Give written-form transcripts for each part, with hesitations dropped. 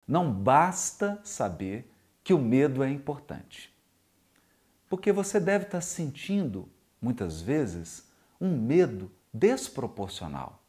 Não basta saber que o medo é importante. Porque você deve estar sentindo, muitas vezes, um medo desproporcional.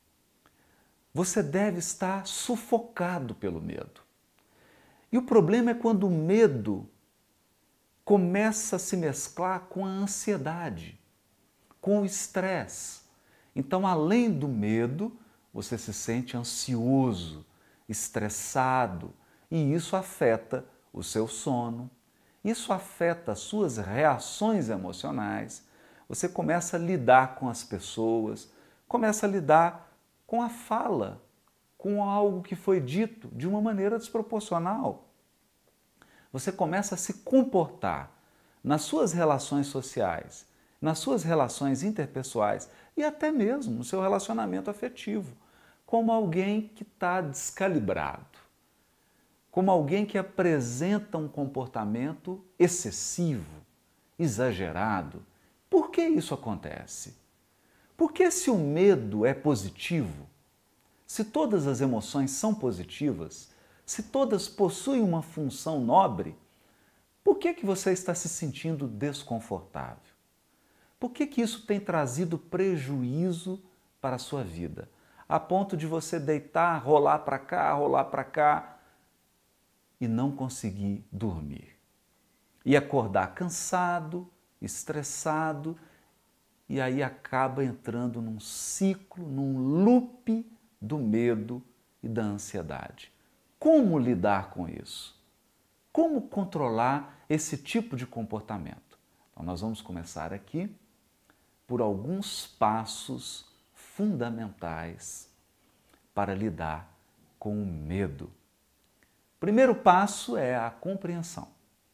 Você deve estar sufocado pelo medo. E o problema é quando o medo começa a se mesclar com a ansiedade, com o estresse. Então, além do medo, você se sente ansioso, estressado, e isso afeta o seu sono, isso afeta as suas reações emocionais. Você começa a lidar com as pessoas, começa a lidar com a fala, com algo que foi dito de uma maneira desproporcional. Você começa a se comportar nas suas relações sociais, nas suas relações interpessoais e até mesmo no seu relacionamento afetivo, como alguém que está descalibrado, como alguém que apresenta um comportamento excessivo, exagerado. Por que isso acontece? Porque se o medo é positivo, se todas as emoções são positivas, se todas possuem uma função nobre, por que você está se sentindo desconfortável? Por que isso tem trazido prejuízo para a sua vida? A ponto de você deitar, rolar para cá e não conseguir dormir. E acordar cansado, estressado, e aí acaba entrando num ciclo, num loop do medo e da ansiedade. Como lidar com isso? Como controlar esse tipo de comportamento? Então, nós vamos começar aqui por alguns passos fundamentais para lidar com o medo. O primeiro passo é a compreensão.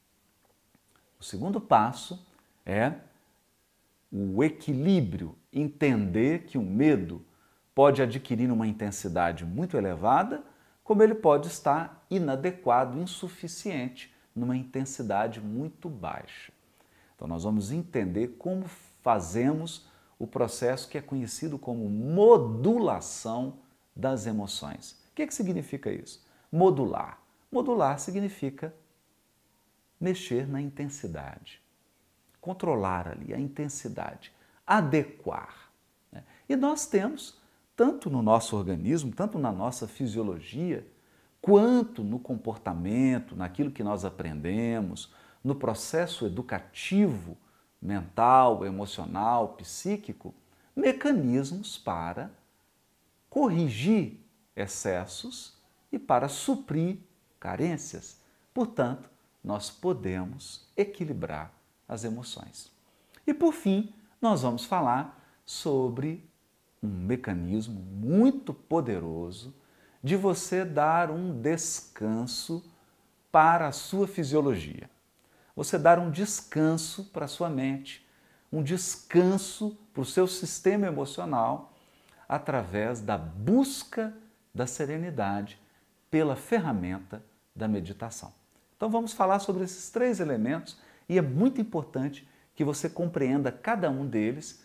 O segundo passo é o equilíbrio, entender que o medo pode adquirir uma intensidade muito elevada, como ele pode estar inadequado, insuficiente, numa intensidade muito baixa. Então, nós vamos entender como fazemos o processo que é conhecido como modulação das emoções. O que significa isso? Modular. Modular significa mexer na intensidade, controlar ali a intensidade, adequar. Né? E nós temos, tanto no nosso organismo, tanto na nossa fisiologia, quanto no comportamento, naquilo que nós aprendemos, no processo educativo, mental, emocional, psíquico, mecanismos para corrigir excessos e para suprir carências. Portanto, nós podemos equilibrar as emoções. E por fim, nós vamos falar sobre um mecanismo muito poderoso de você dar um descanso para a sua fisiologia. Você dar um descanso para a sua mente, um descanso para o seu sistema emocional através da busca da serenidade pela ferramenta da meditação. Então vamos falar sobre esses 3 elementos e é muito importante que você compreenda cada um deles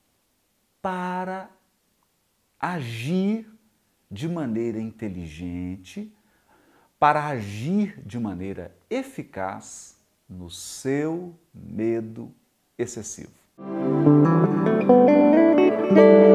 para agir de maneira inteligente, para agir de maneira eficaz no seu medo excessivo.